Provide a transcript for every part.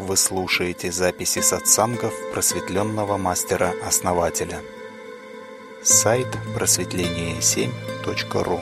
Вы слушаете записи сатсангов просветленного мастера-основателя. Сайт просветление7.ру.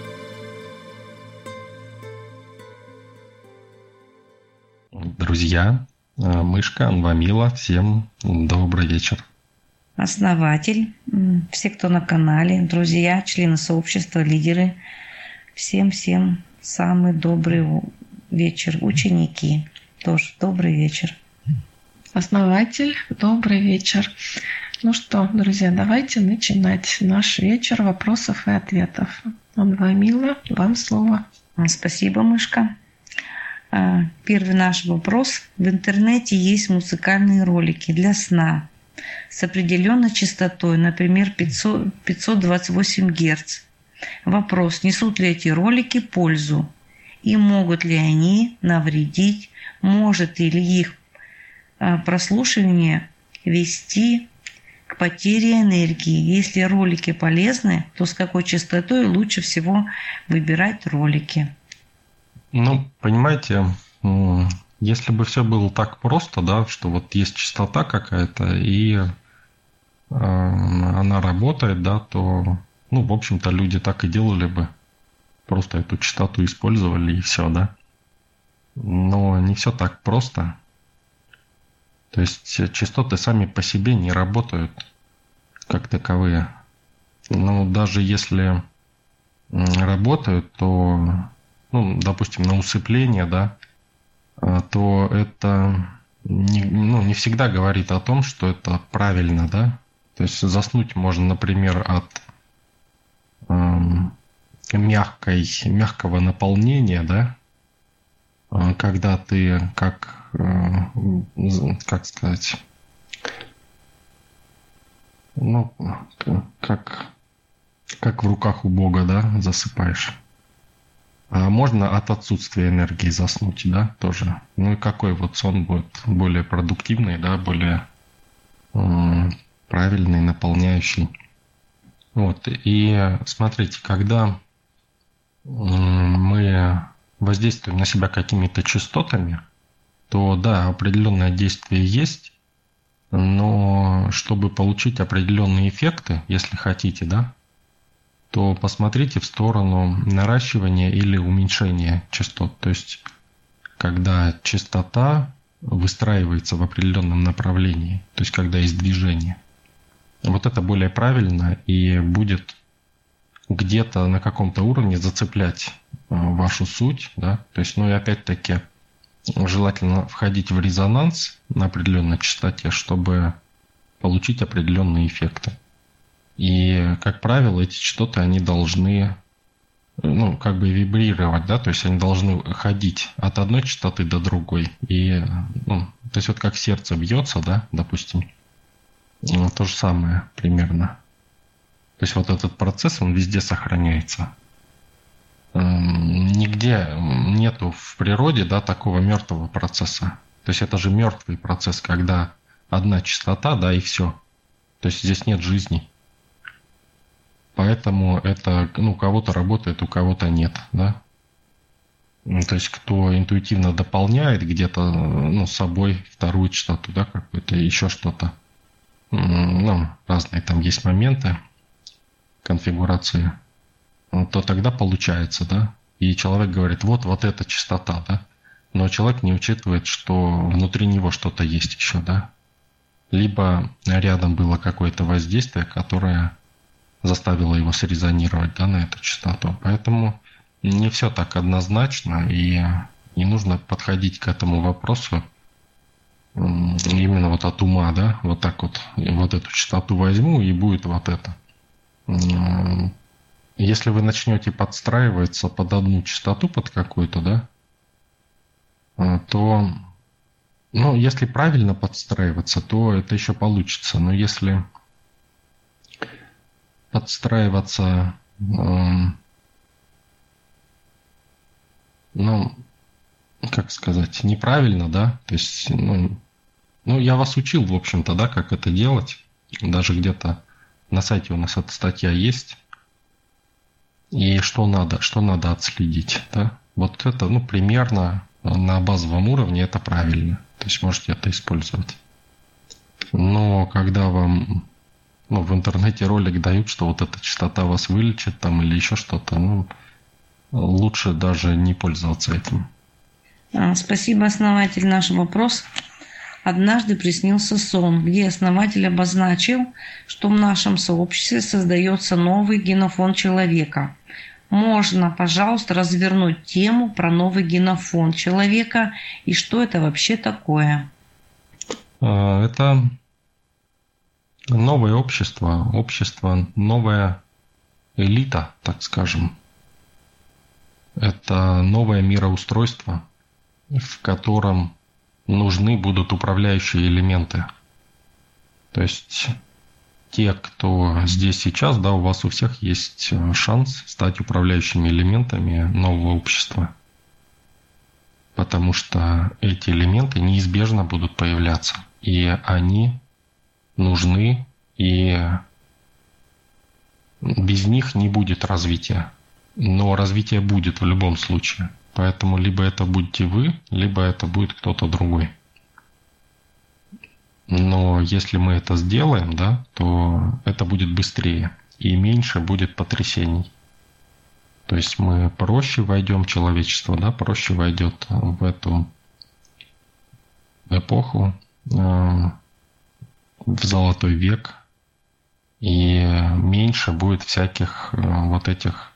Друзья, Мышка, Анвамила, всем добрый вечер. Основатель, все, кто на канале, друзья, члены сообщества, лидеры, всем самый добрый вечер. Ученики тоже добрый вечер. Основатель, добрый вечер. Ну что, друзья, давайте начинать наш вечер вопросов и ответов. Анвамила, вам слово. Спасибо, Мышка. Первый наш вопрос. В интернете есть музыкальные ролики для сна с определенной частотой, например, 528 Гц. Вопрос, несут ли эти ролики пользу? И могут ли они навредить? Может ли их прослушивание вести к потере энергии? Если ролики полезны, то с какой частотой лучше всего выбирать ролики? Ну, понимаете, если бы все было так просто, да, что вот есть частота какая-то, и она работает, да, то, ну, в общем-то, люди так и делали бы. Просто эту частоту использовали, и все, да. Но не все так просто. То есть частоты сами по себе не работают как таковые. Но даже если работают, то, ну, допустим, на усыпление, да, то это не всегда говорит о том, что это правильно, да. То есть заснуть можно, например, от мягкого наполнения, да, когда ты как сказать, ну, как в руках у Бога, да, засыпаешь. А можно от отсутствия энергии заснуть, да, тоже. Ну и какой вот сон будет более продуктивный, да, более правильный, наполняющий. Вот, и смотрите, когда мы воздействуем на себя какими-то частотами, то да, определенное действие есть, но чтобы получить определенные эффекты, если хотите, да, то посмотрите в сторону наращивания или уменьшения частот. То есть, когда частота выстраивается в определенном направлении, то есть, когда есть движение. Вот это более правильно и будет где-то на каком-то уровне зацеплять вашу суть, да, то есть, ну и опять-таки желательно входить в резонанс на определенной частоте, чтобы получить определенные эффекты. И, как правило, эти частоты, они должны, ну, как бы вибрировать, да, то есть они должны ходить от одной частоты до другой. И, ну, то есть вот как сердце бьется, да, допустим, то же самое примерно. То есть вот этот процесс, он везде сохраняется. Нигде нету в природе, да, такого мертвого процесса. То есть это же мертвый процесс, когда одна частота, да, и все. То есть здесь нет жизни. Поэтому это, ну, у кого-то работает, у кого-то нет, да. То есть кто интуитивно дополняет где-то, ну, с собой вторую частоту, да, какую-то, еще что-то. Ну, разные там есть моменты конфигурации, то тогда получается, да. И человек говорит, вот эта частота, да. Но человек не учитывает, что внутри него что-то есть еще, да. Либо рядом было какое-то воздействие, которое заставило его срезонировать, да, на эту частоту. Поэтому не все так однозначно, и не нужно подходить к этому вопросу именно вот от ума, да, вот так вот эту частоту возьму, и будет вот это. Если вы начнете подстраиваться под одну частоту, под какую-то, да, то, ну, если правильно подстраиваться, то это еще получится. Но если подстраиваться, ну, как сказать, неправильно, да, то есть, ну, я вас учил, в общем-то, да, как это делать. Даже где-то на сайте у нас эта статья есть. И что надо отследить, да. Вот это, ну, примерно на базовом уровне это правильно. То То есть можете это использовать. Но когда вам в интернете ролик дают, что вот эта частота вас вылечит там или еще что-то, лучше даже не пользоваться этим. Спасибо, основатель. Наш вопрос. Однажды приснился сон, где основатель обозначил, что в нашем сообществе создается новый генофонд человека. Можно, пожалуйста, развернуть тему про новый генофонд человека и что это вообще такое? Это новое общество, новая элита, так скажем. Это новое мироустройство, в котором нужны будут управляющие элементы. То есть те, кто здесь сейчас, у вас у всех есть шанс стать управляющими элементами нового общества. Потому что эти элементы неизбежно будут появляться. И они нужны, и без них не будет развития. Но развитие будет в любом случае. Поэтому либо это будете вы, либо это будет кто-то другой. Но если мы это сделаем, то это будет быстрее и меньше будет потрясений. То есть мы проще войдем, человечество, проще войдет в эту эпоху, в золотой век, и меньше будет всяких вот этих,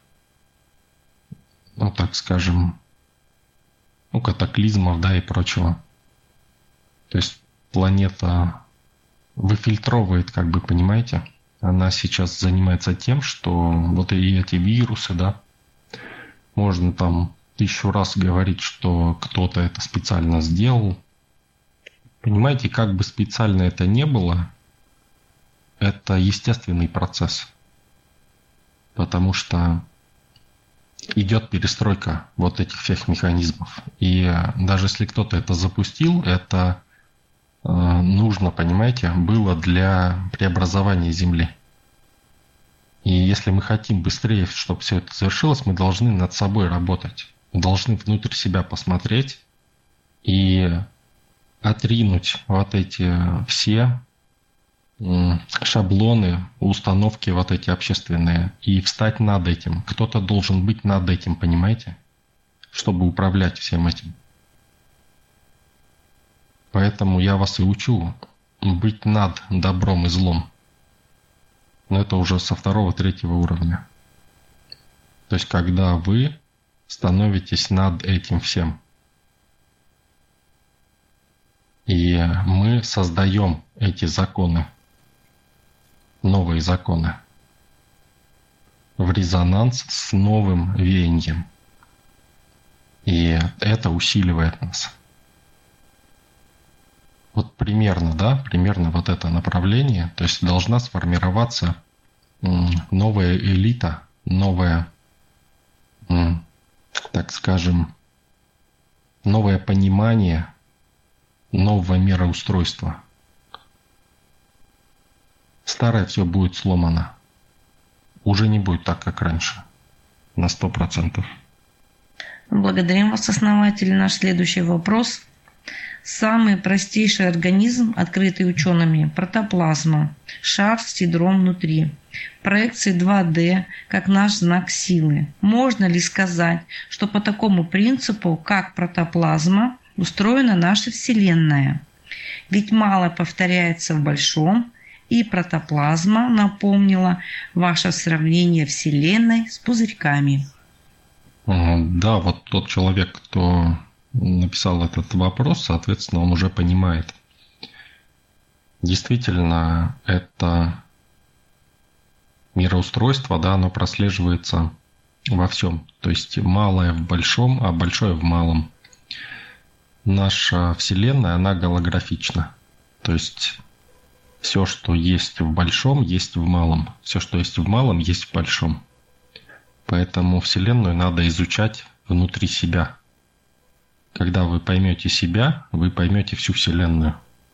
так скажем, катаклизмов, и прочего. То есть планета выфильтровывает, понимаете, она сейчас занимается тем, что вот и эти вирусы, можно там 1000 раз говорить, что кто-то это специально сделал. Понимаете, как бы специально это не было, это естественный процесс. Потому что идет перестройка вот этих всех механизмов. И даже если кто-то это запустил, это нужно, понимаете, было для преобразования Земли. И если мы хотим быстрее, чтобы все это завершилось, мы должны над собой работать. Мы должны внутрь себя посмотреть и отринуть вот эти все шаблоны, установки вот эти общественные и встать над этим. Кто-то должен быть над этим, понимаете? Чтобы управлять всем этим. Поэтому я вас и учу быть над добром и злом. Но это уже со 2-3 уровня. То есть когда вы становитесь над этим всем. И мы создаем эти законы, новые законы, в резонанс с новым веянием. И это усиливает нас. Вот примерно вот это направление, то есть должна сформироваться новая элита, новая, так скажем, новое понимание нового мироустройства. Старое все будет сломано. Уже не будет так, как раньше. На 100%. Благодарим вас, основатель. Наш следующий вопрос. Самый простейший организм, открытый учеными, протоплазма, шар с ядром внутри, проекции 2D, как наш знак силы. Можно ли сказать, что по такому принципу, как протоплазма, устроена наша Вселенная? Ведь мало повторяется в большом, и протоплазма напомнила ваше сравнение Вселенной с пузырьками. Да, вот тот человек, кто написал этот вопрос, соответственно, он уже понимает. Действительно, это мироустройство, оно прослеживается во всем. То есть малое в большом, а большое в малом. Наша Вселенная, она голографична. То есть все, что есть в большом, есть в малом. Все, что есть в малом, есть в большом. Поэтому Вселенную надо изучать внутри себя. Когда вы поймете себя, вы поймете всю Вселенную.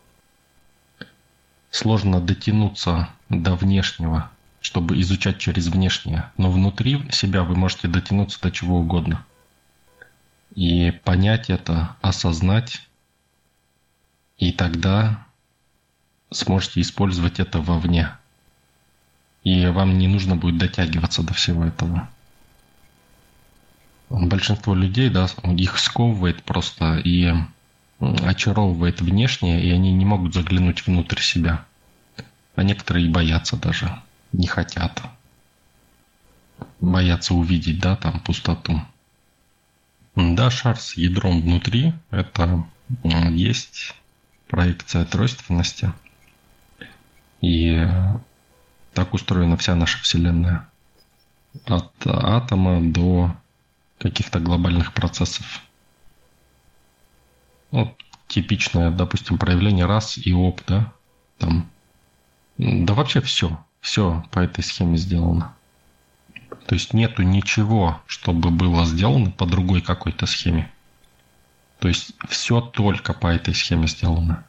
Сложно дотянуться до внешнего, чтобы изучать через внешнее. Но внутри себя вы можете дотянуться до чего угодно. И понять это, осознать, И тогда сможете использовать это вовне. И вам не нужно будет дотягиваться до всего этого. Большинство людей, да, их сковывает просто и очаровывает внешнее, и они не могут заглянуть внутрь себя. А некоторые и боятся даже, не хотят. Боятся увидеть, да, там пустоту. Да, шар с ядром внутри – это есть проекция тройственности. И так устроена вся наша Вселенная. От атома до каких-то глобальных процессов. Вот типичное, допустим, проявление рас и об, да? Там. Да вообще все по этой схеме сделано. То есть нету ничего, чтобы было сделано по другой какой-то схеме. То есть все только по этой схеме сделано.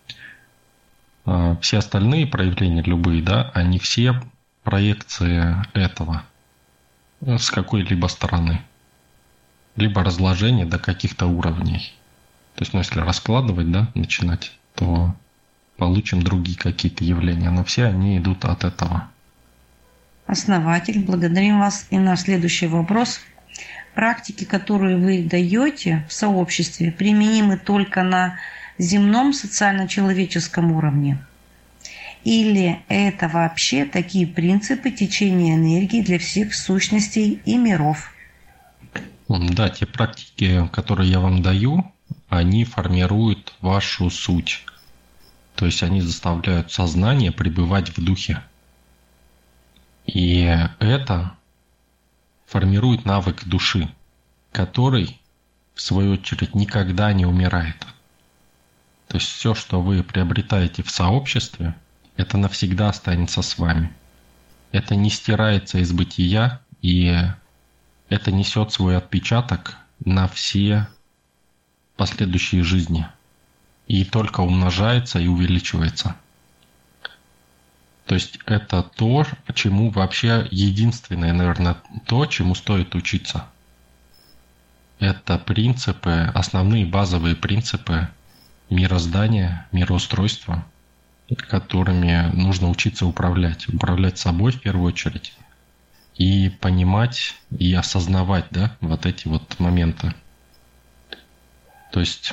Все остальные проявления, любые, да, они все проекции этого с какой-либо стороны. Либо разложение до каких-то уровней. То есть, если раскладывать, да, начинать, то получим другие какие-то явления. Но все они идут от этого. Основатель, благодарим вас. И наш следующий вопрос. Практики, которые вы даете в сообществе, применимы только на земном социально-человеческом уровне? Или это вообще такие принципы течения энергии для всех сущностей и миров? Да, те практики, которые я вам даю, они формируют вашу суть. То есть они заставляют сознание пребывать в духе. И это формирует навык души, который, в свою очередь, никогда не умирает. То есть все, что вы приобретаете в сообществе, это навсегда останется с вами. Это не стирается из бытия, и это несет свой отпечаток на все последующие жизни. И только умножается и увеличивается. То есть это то, чему вообще единственное, наверное, то, чему стоит учиться. Это принципы, основные базовые принципы мироздания, мироустройства, которыми нужно учиться управлять. Управлять собой в первую очередь. И понимать, и осознавать, да, вот эти вот моменты. То есть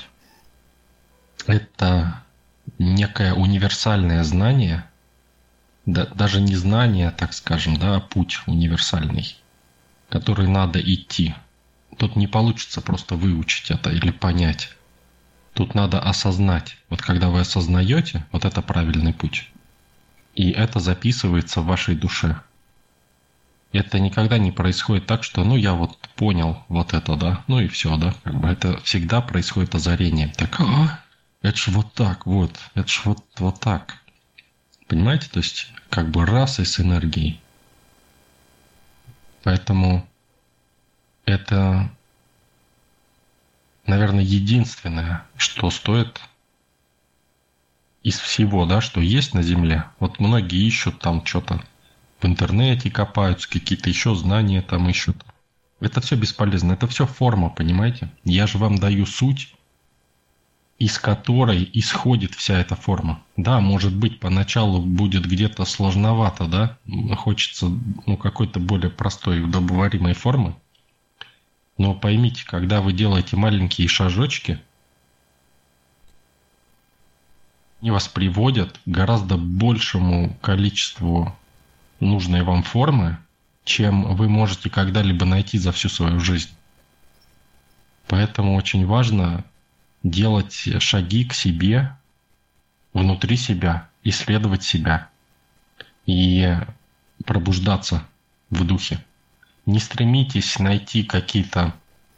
это некое универсальное знание, даже не знание, так скажем, да, а путь универсальный, который надо идти. Тут не получится просто выучить это или понять. Тут надо осознать. Вот когда вы осознаете, вот это правильный путь. И это записывается в вашей душе. Это никогда не происходит так, что ну я вот понял вот это, да, ну и все, да. Как бы это всегда происходит озарение. Так, это ж вот так вот, это ж вот так. Понимаете? То есть как бы раз и с энергией. Поэтому это, наверное, единственное, что стоит из всего, да, что есть на Земле. Вот многие ищут там что-то в интернете, копаются, какие-то еще знания там ищут. Это все бесполезно, это все форма, понимаете? Я же вам даю суть, из которой исходит вся эта форма. Да, может быть, поначалу будет где-то сложновато, да? Хочется какой-то более простой и удобоваримой формы. Но поймите, когда вы делаете маленькие шажочки, они вас приводят к гораздо большему количеству нужной вам формы, чем вы можете когда-либо найти за всю свою жизнь. Поэтому очень важно делать шаги к себе, внутри себя, исследовать себя и пробуждаться в духе. Не стремитесь найти какие-то,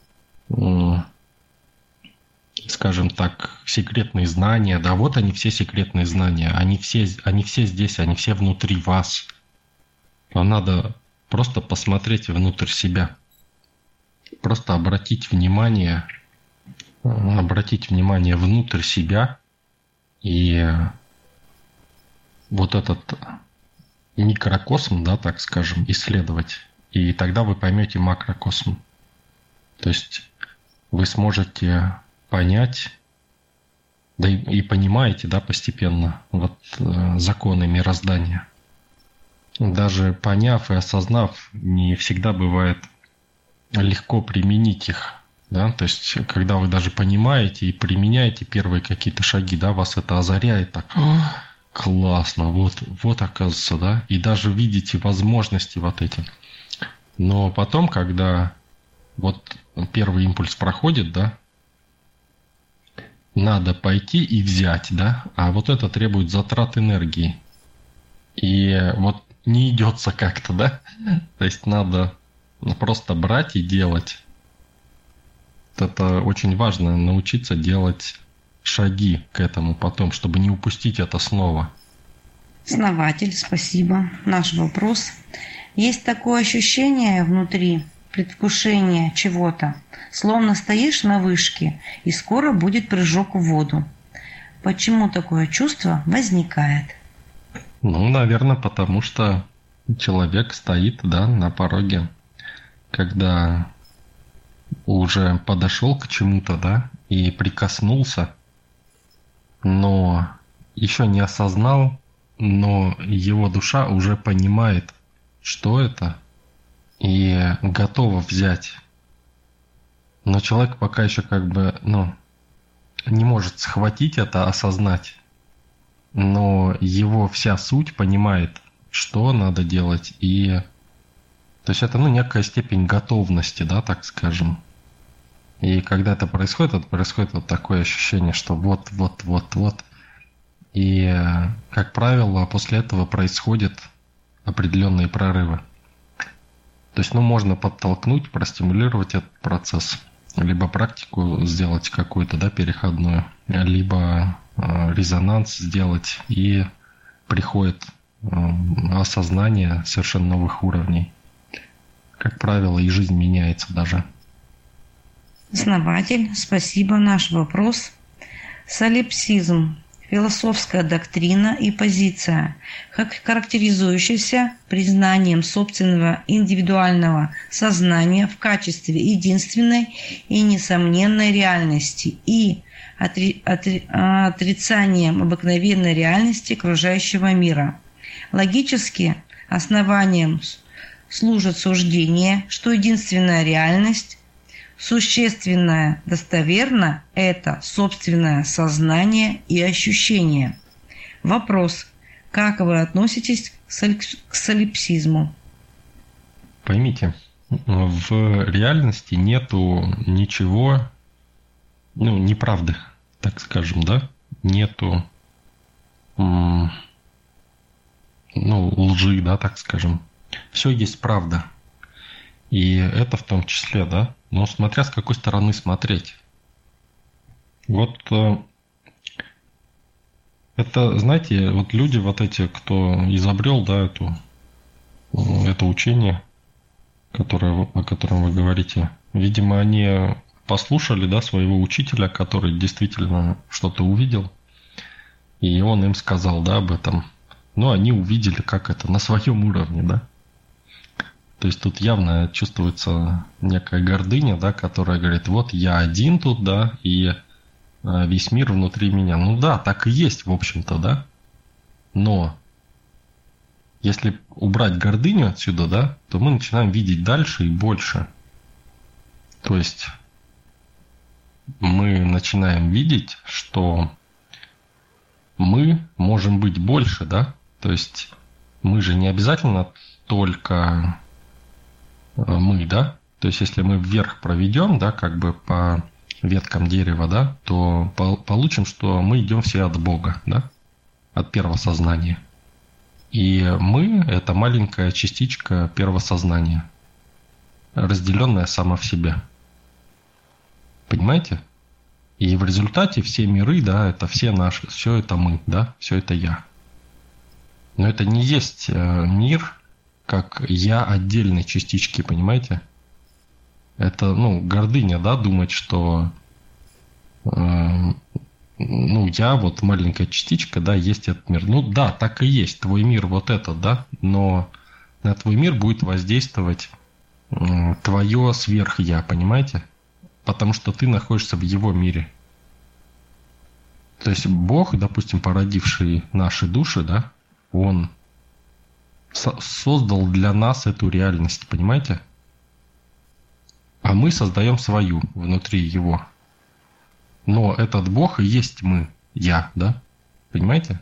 скажем так, секретные знания. Да, вот они все секретные знания. Они все здесь, они все внутри вас. Вам надо просто посмотреть внутрь себя. Просто обратить внимание внутрь себя и вот этот микрокосм, да, так скажем, исследовать. И тогда вы поймете макрокосм. То есть вы сможете понять Да и понимаете, да, постепенно вот законы мироздания. Даже поняв и осознав, не всегда бывает легко применить их. Да? То есть, когда вы даже понимаете и применяете первые какие-то шаги, да, вас это озаряет так. Классно, вот оказывается, да, и даже видите возможности вот эти. Но потом, когда вот первый импульс проходит, да, надо пойти и взять, да, а вот это требует затрат энергии. И вот не идется как-то, да, то есть надо просто брать и делать. Это очень важно, научиться делать шаги к этому потом, чтобы не упустить это снова. Основатель, спасибо. Наш вопрос. Есть такое ощущение внутри, предвкушение чего-то, словно стоишь на вышке, и скоро будет прыжок в воду. Почему такое чувство возникает? Ну, наверное, потому что человек стоит, да, на пороге, когда уже подошел к чему-то, да, и прикоснулся, но еще не осознал, но его душа уже понимает, что это, и готова взять. Но человек пока еще как бы, не может схватить это, осознать. Но его вся суть понимает, что надо делать. И то есть это некая степень готовности, да, так скажем. И когда это происходит вот такое ощущение, что вот. И, как правило, после этого происходят определенные прорывы. То есть, можно подтолкнуть, простимулировать этот процесс. Либо практику сделать какую-то, да, переходную, либо резонанс сделать, и приходит осознание совершенно новых уровней. Как правило, и жизнь меняется даже. Основатель, спасибо. Наш вопрос. Солипсизм. Философская доктрина и позиция, характеризующаяся признанием собственного индивидуального сознания в качестве единственной и несомненной реальности и отрицанием обыкновенной реальности окружающего мира. Логически основанием служит суждение, что единственная реальность, существенное, достоверно – это собственное сознание и ощущение. Вопрос. Как вы относитесь к солипсизму? Pоймите, в реальности нету ничего, неправды, так скажем, да? Нету, лжи, да, так скажем. Все есть правда. И это в том числе, да? Но смотря с какой стороны смотреть. Вот это, знаете, вот люди вот эти, кто изобрел, да, это учение, о котором вы говорите, видимо, они послушали, да, своего учителя, который действительно что-то увидел, и он им сказал, да, об этом. Но они увидели, как это, на своем уровне, да. То есть тут явно чувствуется некая гордыня, да, которая говорит, вот я один тут, да, и весь мир внутри меня. Ну да, так и есть, в общем-то, да. Но если убрать гордыню отсюда, да, то мы начинаем видеть дальше и больше. То есть мы начинаем видеть, что мы можем быть больше, да. То есть мы же не обязательно только мы, да, то есть если мы вверх проведем, да, как бы по веткам дерева, да, то получим, что мы идем все от Бога, да, от первого сознания. И мы – это маленькая частичка первого сознания, разделенная сама в себе. Понимаете? И в результате все миры, да, это все наши, все это мы, да, все это я. Но это не есть мир, как я отдельной частички, понимаете? Это, гордыня, да, думать, что я вот маленькая частичка, да, есть этот мир. Ну да, так и есть, твой мир вот этот, да, но на твой мир будет воздействовать твое сверх-я, понимаете? Потому что ты находишься в его мире. То есть Бог, допустим, породивший наши души, да, Он создал для нас эту реальность, понимаете? А мы создаем свою внутри Его. Но этот Бог и есть мы, я, да? Понимаете?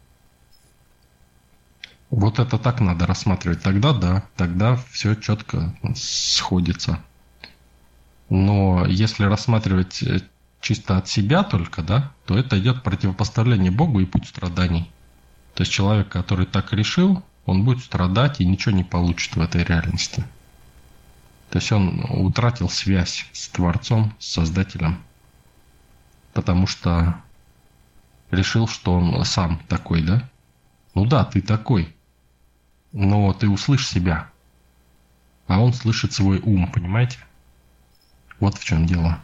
Вот это так надо рассматривать. Тогда да, тогда все четко сходится. Но если рассматривать чисто от себя только, да, то это идет противопоставление Богу и путь страданий. То есть человек, который так решил, он будет страдать и ничего не получит в этой реальности. То есть он утратил связь с Творцом, с Создателем, потому что решил, что он сам такой, да? Ну да, ты такой, но ты услышь себя, а он слышит свой ум, понимаете? Вот в чем дело.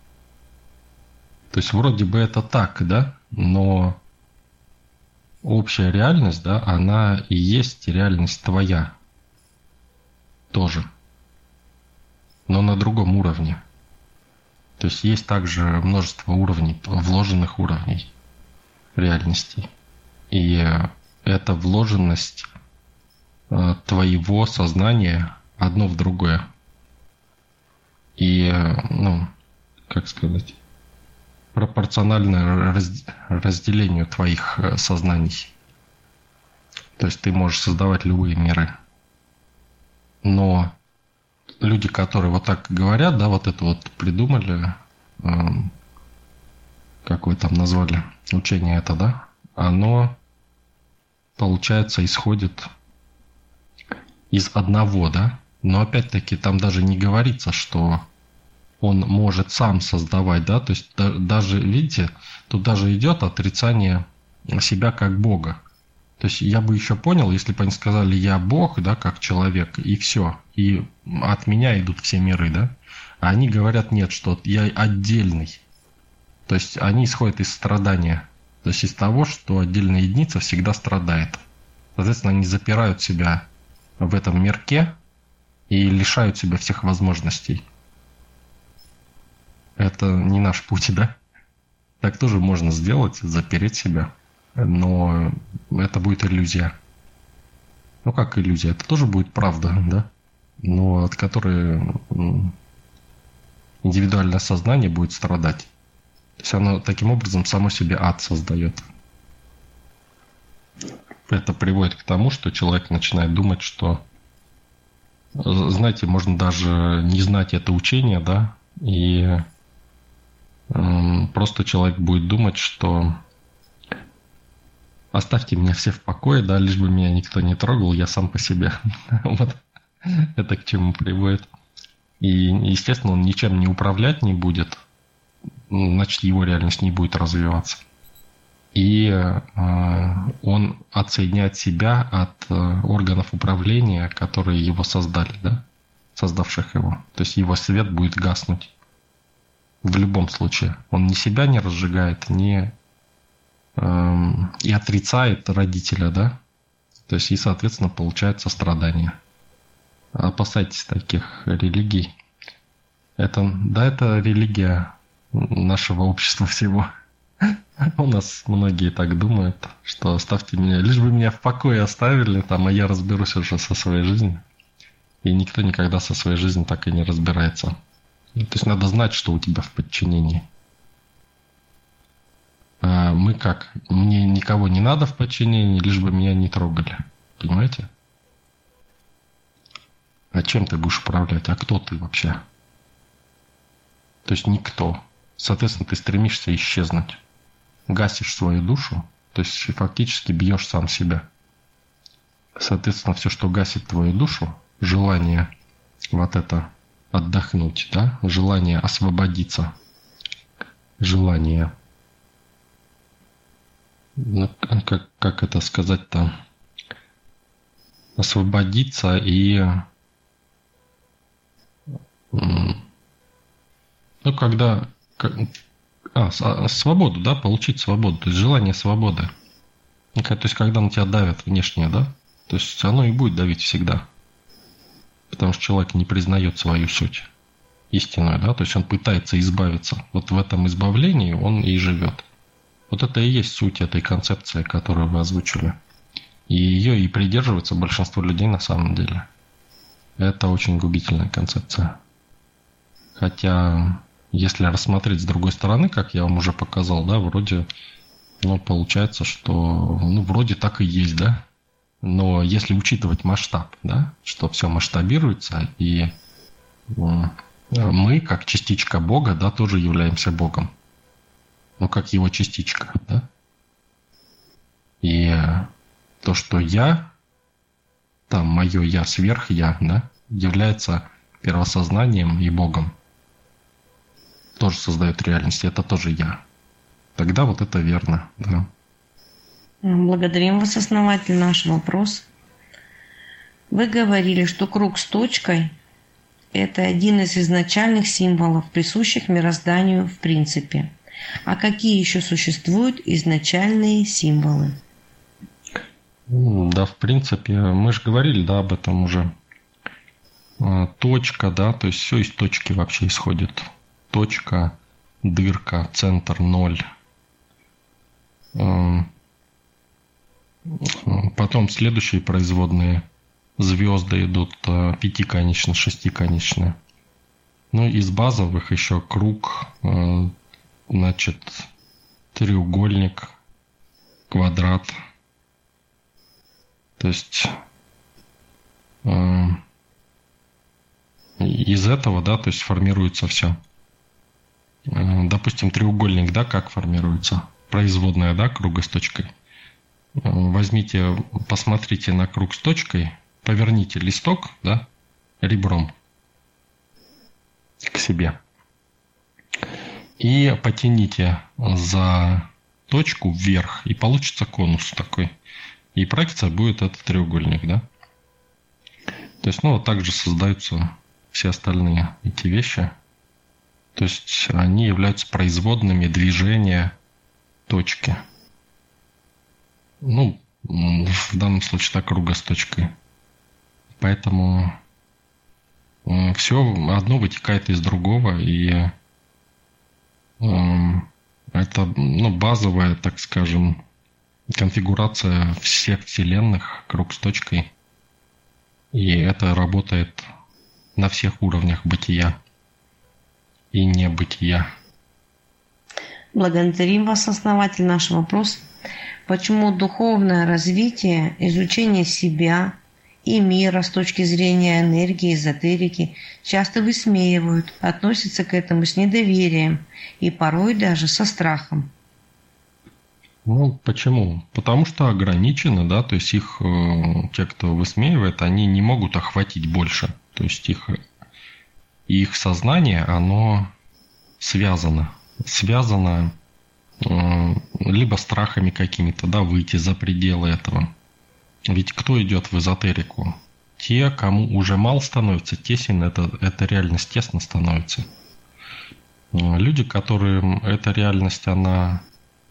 То есть вроде бы это так, да, но общая реальность, да, она и есть реальность твоя тоже, но на другом уровне. То есть есть также множество уровней, вложенных уровней реальности. И эта вложенность твоего сознания одно в другое. И, ну, как сказать, пропорционально разделению твоих сознаний. То есть ты можешь создавать любые миры. Но люди, которые вот так говорят, да, вот это вот придумали, как вы там назвали, учение это, да, оно, получается, исходит из одного, да, но опять-таки там даже не говорится, что он может сам создавать, да, то есть даже, видите, тут даже идет отрицание себя как Бога. То есть я бы еще понял, если бы они сказали «я Бог», да, как человек, и все, и от меня идут все миры, да, а они говорят «нет», что я отдельный. То есть они исходят из страдания, то есть из того, что отдельная единица всегда страдает. Соответственно, они запирают себя в этом мирке и лишают себя всех возможностей. Это не наш путь, да? Так тоже можно сделать, запереть себя. Но это будет иллюзия. Ну как иллюзия? Это тоже будет правда, да? Но от которой индивидуальное сознание будет страдать. То есть оно таким образом само себе ад создает. Это приводит к тому, что человек начинает думать, что, знаете, можно даже не знать это учение, да, и просто человек будет думать, что оставьте меня все в покое, да, лишь бы меня никто не трогал, я сам по себе. Вот это к чему приводит. И, естественно, он ничем не управлять не будет, значит, его реальность не будет развиваться. И он отсоединяет себя от органов управления, которые его создали, да, создавших его. То есть его свет будет гаснуть. В любом случае. Он ни себя не разжигает, ни и отрицает родителя, да. То есть и, соответственно, получается страдание. Опасайтесь таких религий. Это религия нашего общества всего. У нас многие так думают, что оставьте меня, лишь бы меня в покое оставили, там, а я разберусь уже со своей жизнью. И никто никогда со своей жизнью так и не разбирается. То есть надо знать, что у тебя в подчинении. А мы как? Мне никого не надо в подчинении, лишь бы меня не трогали. Понимаете? А чем ты будешь управлять? А кто ты вообще? То есть никто. Соответственно, ты стремишься исчезнуть. Гасишь свою душу, то есть фактически бьешь сам себя. Соответственно, все, что гасит твою душу, желание вот это отдохнуть, да, желание освободиться, желание, ну, как это сказать-то, освободиться и, ну, когда... свободу, да, получить свободу, то есть желание свободы. То есть когда на тебя давят внешнее, да, то есть оно и будет давить всегда. Потому что человек не признает свою суть истинную, да, то есть он пытается избавиться. Вот в этом избавлении он и живет. Вот это и есть суть этой концепции, которую вы озвучили. И ее и придерживается большинство людей на самом деле. Это очень губительная концепция. Хотя, если рассмотреть с другой стороны, как я вам уже показал, да, вроде, получается, что, вроде так и есть, да. Но если учитывать масштаб, да, что все масштабируется, и мы, как частичка Бога, да, тоже являемся Богом. Как его частичка, да. И то, что я, там мое я, сверх-я, да, является первосознанием и Богом. Тоже создает реальность, это тоже я. Тогда вот это верно, да. Благодарим вас, основатель, наш вопрос. Вы говорили, что круг с точкой – это один из изначальных символов, присущих мирозданию в принципе. А какие еще существуют изначальные символы? Да, в принципе, мы же говорили, да, об этом уже. Точка, да, то есть все из точки вообще исходит. Точка, дырка, центр, ноль. Потом следующие производные звезды идут пятиконечные, шестиконечные. Из базовых еще круг, значит, треугольник, квадрат. То есть из этого, да, то есть формируется все. Допустим, треугольник, да, как формируется? Производная, да, круга с точкой. Возьмите, посмотрите на круг с точкой, поверните листок, да, ребром к себе. И потяните за точку вверх, и получится конус такой. И проекция будет этот треугольник, да. То есть, вот так же создаются все остальные эти вещи. То есть, они являются производными движения точки. В данном случае так, круга с точкой. Поэтому все одно вытекает из другого, и это базовая, так скажем, конфигурация всех вселенных, круг с точкой. И это работает на всех уровнях бытия и небытия. Благодарим вас, основатель, наш вопрос. Почему духовное развитие, изучение себя и мира с точки зрения энергии, эзотерики часто высмеивают, относятся к этому с недоверием и порой даже со страхом? Почему? Потому что ограничены, да, то есть их, те, кто высмеивает, они не могут охватить больше. То есть их сознание, оно связано либо страхами какими-то, да, выйти за пределы этого. Ведь кто идет в эзотерику? Те, кому уже мало становится, те сильно эта реальность тесно становится. Люди, которым эта реальность, она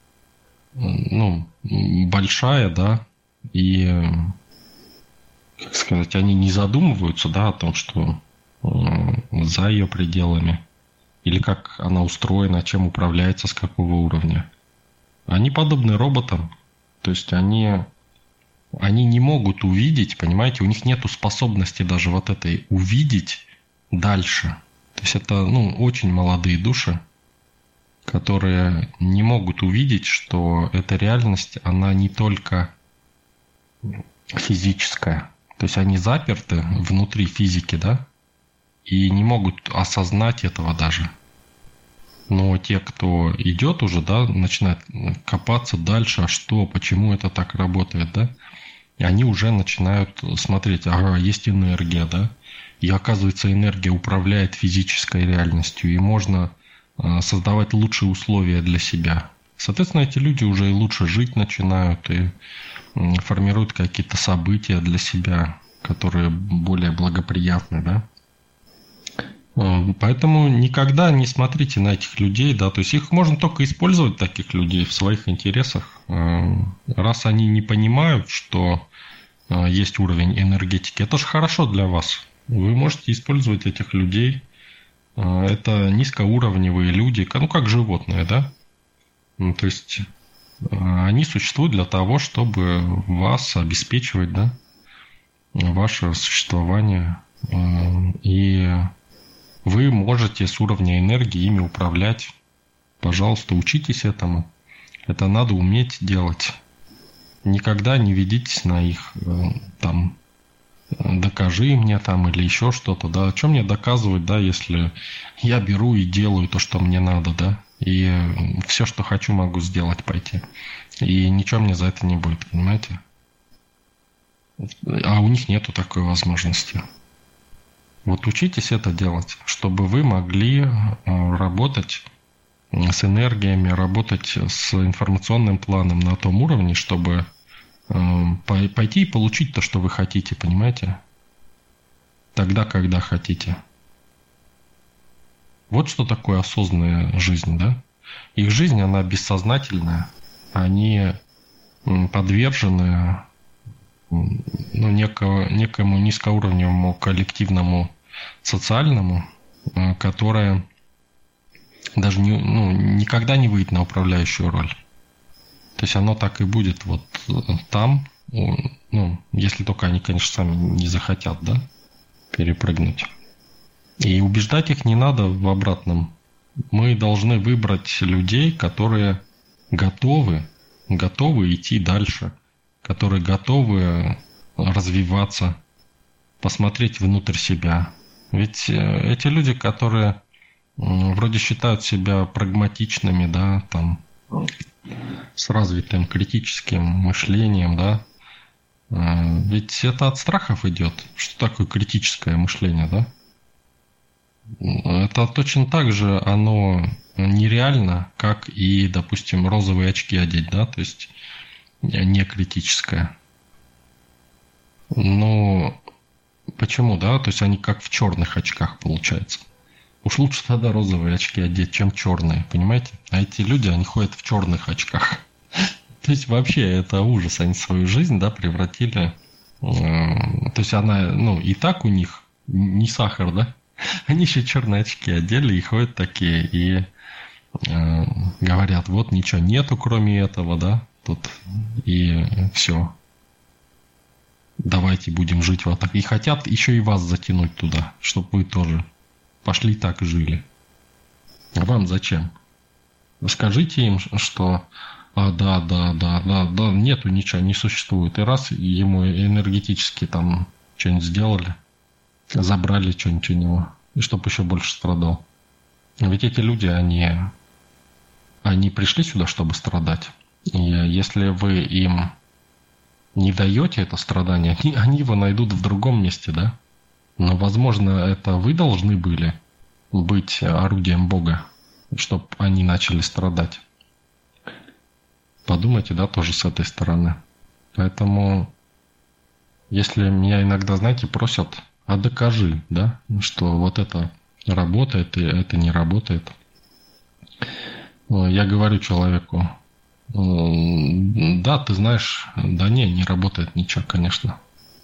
большая, да, и, как сказать, они не задумываются, да, о том, что за ее пределами, или как она устроена, чем управляется, с какого уровня. Они подобны роботам, то есть они не могут увидеть, понимаете, у них нету способности даже вот этой увидеть дальше. То есть это, очень молодые души, которые не могут увидеть, что эта реальность, она не только физическая. То есть они заперты внутри физики, да, и не могут осознать этого даже. Но те, кто идет уже, да, начинает копаться дальше, а что, почему это так работает, да, и они уже начинают смотреть, ага, есть энергия, да, и оказывается, энергия управляет физической реальностью, и можно создавать лучшие условия для себя. Соответственно, эти люди уже и лучше жить начинают, и формируют какие-то события для себя, которые более благоприятны, да. Поэтому никогда не смотрите на этих людей, да, то есть их можно только использовать, таких людей, в своих интересах. Раз они не понимают, что есть уровень энергетики, это же хорошо для вас. Вы можете использовать этих людей. Это низкоуровневые люди, как животные, да. То есть они существуют для того, чтобы вас обеспечивать, да, ваше существование. И вы можете с уровня энергии ими управлять. Пожалуйста, учитесь этому. Это надо уметь делать. Никогда не ведитесь на их там докажи мне там или еще что-то, да. О чем мне доказывать, да, если я беру и делаю то, что мне надо, да. И все, что хочу, могу сделать, пойти. И ничего мне за это не будет, понимаете? А у них нету такой возможности. Вот учитесь это делать, чтобы вы могли работать с энергиями, работать с информационным планом на том уровне, чтобы пойти и получить то, что вы хотите, понимаете? Тогда, когда хотите. Вот что такое осознанная жизнь, да? Их жизнь, она бессознательная. Они подвержены некому низкоуровневому коллективному социальному, которое даже никогда не выйдет на управляющую роль. То есть оно так и будет вот там, если только они, конечно, сами не захотят, да, перепрыгнуть. И убеждать их не надо в обратном. Мы должны выбрать людей, которые готовы идти дальше, которые готовы развиваться, посмотреть внутрь себя. Ведь эти люди, которые вроде считают себя прагматичными, да, там, с развитым критическим мышлением, да, ведь это от страхов идет. Что такое критическое мышление, да? Это точно так же оно нереально, как и, допустим, розовые очки одеть, да, то есть не критическое. Но почему, да? То есть они как в черных очках получается. Уж лучше тогда розовые очки одеть, чем черные, понимаете? А эти люди, они ходят в черных очках. То есть вообще это ужас. Они свою жизнь, да, превратили. То есть она, и так у них не сахар, да? Они еще черные очки одели и ходят такие. И говорят, вот ничего нету, кроме этого, да? Тут и все. Давайте будем жить вот так. И хотят еще и вас затянуть туда, чтобы вы тоже пошли так жили. А вам зачем? Скажите им, что да, нету ничего, не существует. И раз ему энергетически там что-нибудь сделали, забрали что-нибудь у него, и чтобы еще больше страдал. Ведь эти люди, они пришли сюда, чтобы страдать. И если вы им не даете это страдание, они его найдут в другом месте, да? Но, возможно, это вы должны были быть орудием Бога, чтобы они начали страдать. Подумайте, да, тоже с этой стороны. Поэтому, если меня иногда, знаете, просят, а докажи, да, что вот это работает и это не работает. Я говорю человеку, да, ты знаешь, да не работает ничего, конечно.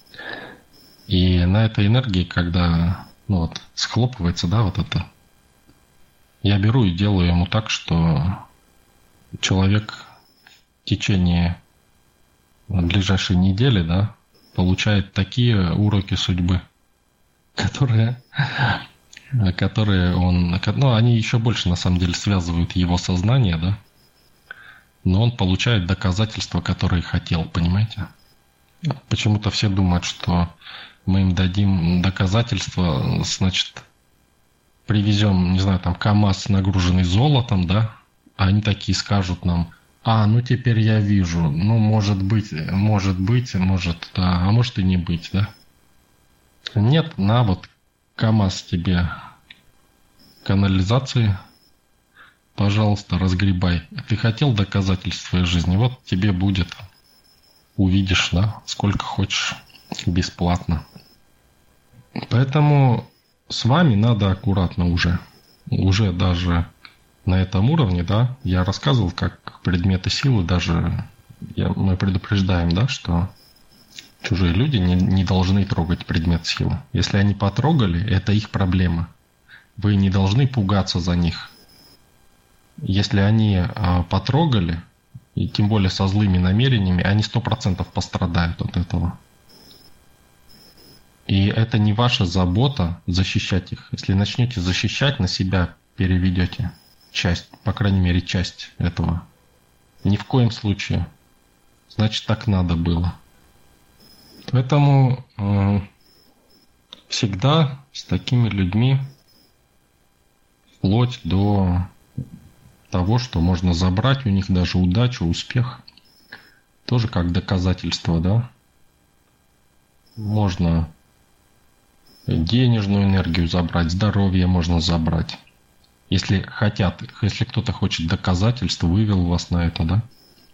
И на этой энергии, когда схлопывается, да, вот это, я беру и делаю ему так, что человек в течение ближайшей недели, да, получает такие уроки судьбы, которые они еще больше на самом деле связывают его сознание, да, но он получает доказательства, которые хотел, понимаете? Почему-то все думают, что мы им дадим доказательства, значит, привезем, не знаю, там КАМАЗ, нагруженный золотом, да, а они такие скажут нам, теперь я вижу, может быть, да, а может и не быть, да. Нет, вот КАМАЗ тебе канализации, пожалуйста, разгребай. Ты хотел доказательств своей жизни, вот тебе будет, увидишь, да, сколько хочешь, бесплатно. Поэтому с вами надо аккуратно уже даже на этом уровне, да, я рассказывал, как предметы силы даже, мы предупреждаем, да, что чужие люди не должны трогать предмет силы. Если они потрогали, это их проблема. Вы не должны пугаться за них. Если они потрогали и тем более со злыми намерениями, они 100% пострадают от этого. И это не ваша забота защищать их. Если начнете защищать, на себя переведете часть, по крайней мере, часть этого. Ни в коем случае. Значит, так надо было. Поэтому всегда с такими людьми, вплоть до того, что можно забрать у них даже удачу, успех, тоже как доказательство, да? Можно денежную энергию забрать, здоровье можно забрать. Если хотят, если кто-то хочет доказательств, вывел вас на это, да?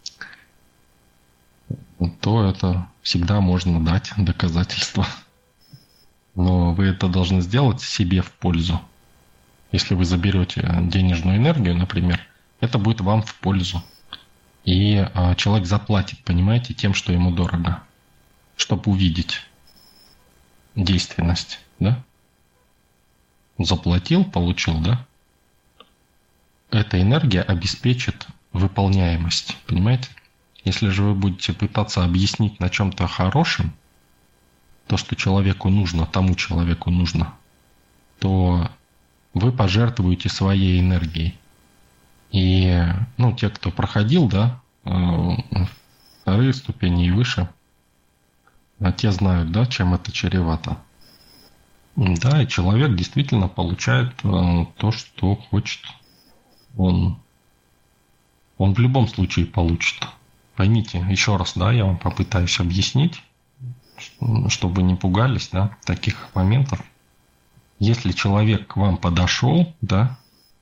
То это всегда можно дать доказательства. Но вы это должны сделать себе в пользу. Если вы заберете денежную энергию, например, это будет вам в пользу. И человек заплатит, понимаете, тем, что ему дорого, чтобы увидеть действенность, да? Заплатил, получил, да? Эта энергия обеспечит выполняемость, понимаете? Если же вы будете пытаться объяснить на чем-то хорошем, то, что человеку нужно, тому человеку нужно, то вы пожертвуете своей энергией. И, те, кто проходил, да, вторые ступени и выше, те знают, да, чем это чревато. Да, и человек действительно получает то, что хочет. Он в любом случае получит. Поймите, еще раз, да, я вам попытаюсь объяснить, чтобы не пугались, да, таких моментов. Если человек к вам подошел, да,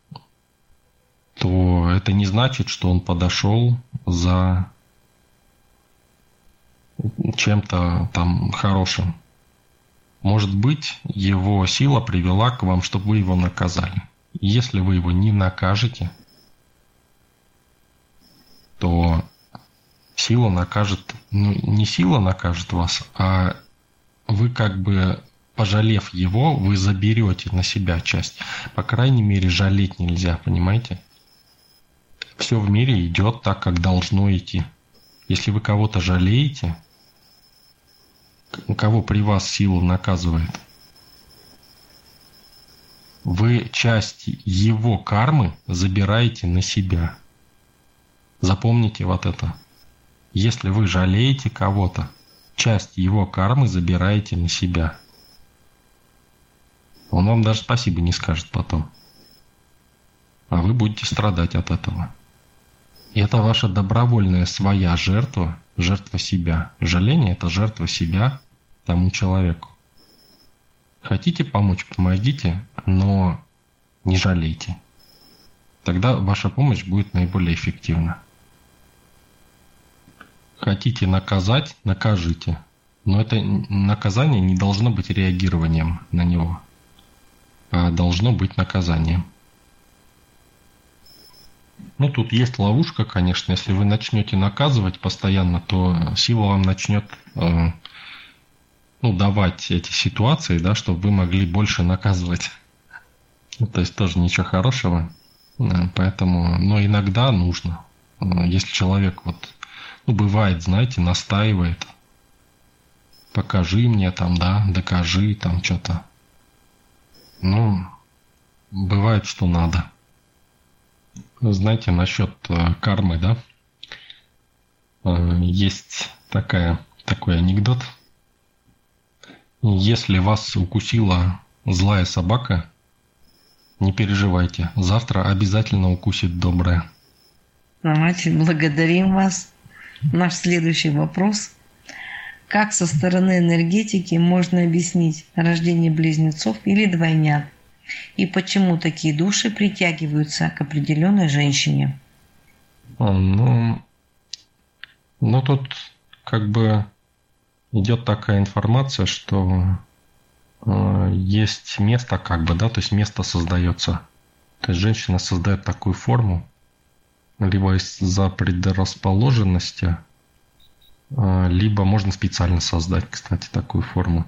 то это не значит, что он подошел за чем-то там хорошим. Может быть, его сила привела к вам, чтобы вы его наказали. Если вы его не накажете, то сила накажет, не сила накажет вас, а вы как бы, пожалев его, вы заберете на себя часть. По крайней мере, жалеть нельзя, понимаете? Все в мире идет так, как должно идти. Если вы кого-то жалеете, кого при вас сила наказывает, вы часть его кармы забираете на себя. Запомните вот это. Если вы жалеете кого-то, часть его кармы забираете на себя. Он вам даже спасибо не скажет потом. А вы будете страдать от этого. И это ваша добровольная своя жертва, жертва себя. Жаление – это жертва себя тому человеку. Хотите помочь – помогите, но не жалейте. Тогда ваша помощь будет наиболее эффективна. Хотите наказать – накажите. Но это наказание не должно быть реагированием на него, а должно быть наказанием. Тут есть ловушка, конечно. Если вы начнете наказывать постоянно, то сила вам начнет давать эти ситуации, да, чтобы вы могли больше наказывать. То есть тоже ничего хорошего. Поэтому, но иногда нужно. Если человек бывает, знаете, настаивает, покажи мне там, да, докажи там что-то. Бывает, что надо. Знаете, насчет кармы, да? Есть такой анекдот. Если вас укусила злая собака, не переживайте, завтра обязательно укусит добрая. Основатель, благодарим вас. Наш следующий вопрос. Как со стороны энергетики можно объяснить рождение близнецов или двойнят? И почему такие души притягиваются к определенной женщине? Тут как бы идет такая информация, что есть место как бы, да, то есть место создается. То есть женщина создает такую форму, либо из-за предрасположенности, либо можно специально создать, кстати, такую форму.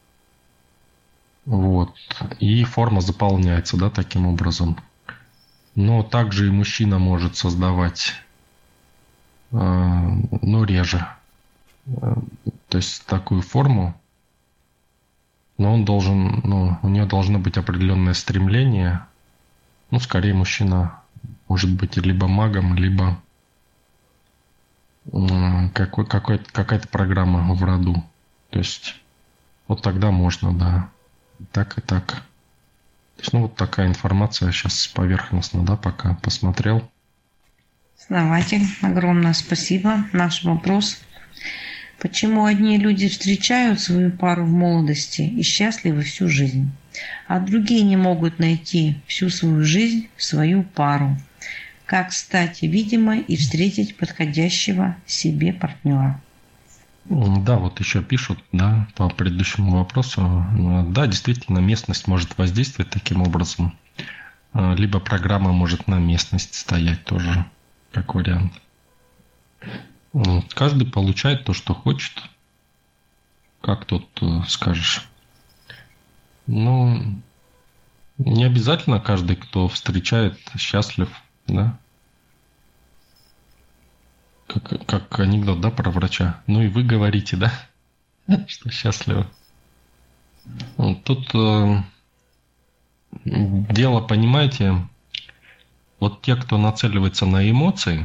И форма заполняется, да, таким образом. Но также и мужчина может создавать но реже. То есть такую форму, но он должен, у нее должно быть определенное стремление. Скорее мужчина может быть либо магом, либо какая-то программа в роду. То есть вот тогда можно, да, так и так. То есть, вот такая информация сейчас поверхностно, да, пока посмотрел. Основатель, огромное спасибо. Наш вопрос. Почему одни люди встречают свою пару в молодости и счастливы всю жизнь, а другие не могут найти всю свою жизнь свою пару? Как стать видимой и встретить подходящего себе партнера? Да, вот еще пишут, да, по предыдущему вопросу. Да, действительно, местность может воздействовать таким образом. Либо программа может на местность стоять тоже, как вариант. Каждый получает то, что хочет. Как тут скажешь? Не обязательно каждый, кто встречает, счастлив, да? Как анекдот, да, про врача. И вы говорите, да, что счастливы. Тут дело, понимаете, вот те, кто нацеливается на эмоции,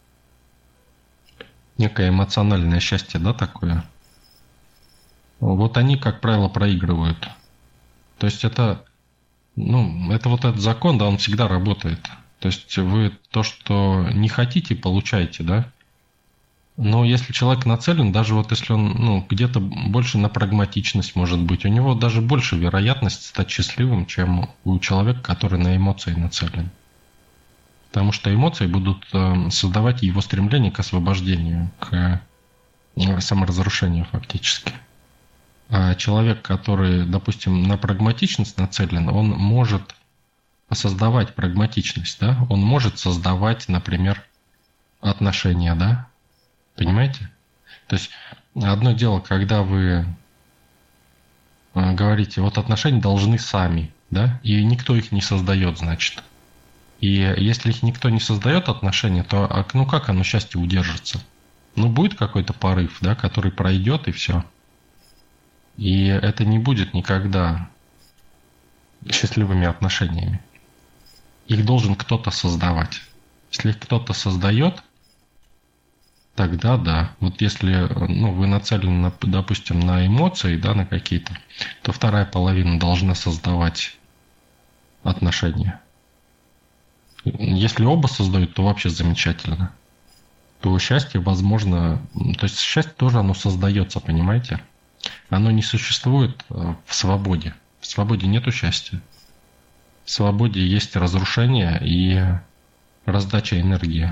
некое эмоциональное счастье, да, такое, вот они, как правило, проигрывают. То есть это вот этот закон, да, он всегда работает. То есть вы то, что не хотите, получаете, да. Но если человек нацелен, даже вот если он где-то больше на прагматичность может быть, у него даже больше вероятность стать счастливым, чем у человека, который на эмоции нацелен. Потому что эмоции будут создавать его стремление к освобождению, к саморазрушению фактически. А человек, который, допустим, на прагматичность нацелен, он может создавать прагматичность, да? Он может создавать, например, отношения, да? Понимаете? То есть одно дело, когда вы говорите, вот отношения должны сами, да? И никто их не создает, значит. И если их никто не создает отношения, то как оно счастье удержится? Будет какой-то порыв, да, который пройдет и все. И это не будет никогда счастливыми отношениями. Их должен кто-то создавать. Если их кто-то создает, тогда да. Вот если вы нацелены, допустим, на эмоции, да, на какие-то, то вторая половина должна создавать отношения. Если оба создают, то вообще замечательно. То счастье возможно... То есть счастье тоже оно создается, понимаете? Оно не существует в свободе. В свободе нету счастья. В свободе есть разрушение и раздача энергии.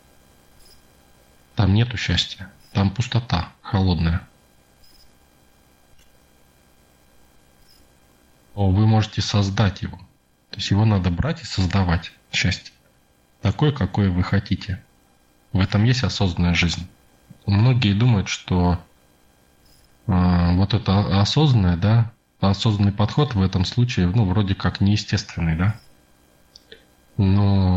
Там нету счастья. Там пустота холодная. Но вы можете создать его. То есть его надо брать и создавать. Счастье. Такое, какое вы хотите. В этом есть осознанная жизнь. Многие думают, что вот это осознанное, да, осознанный подход в этом случае, вроде как неестественный, да. Но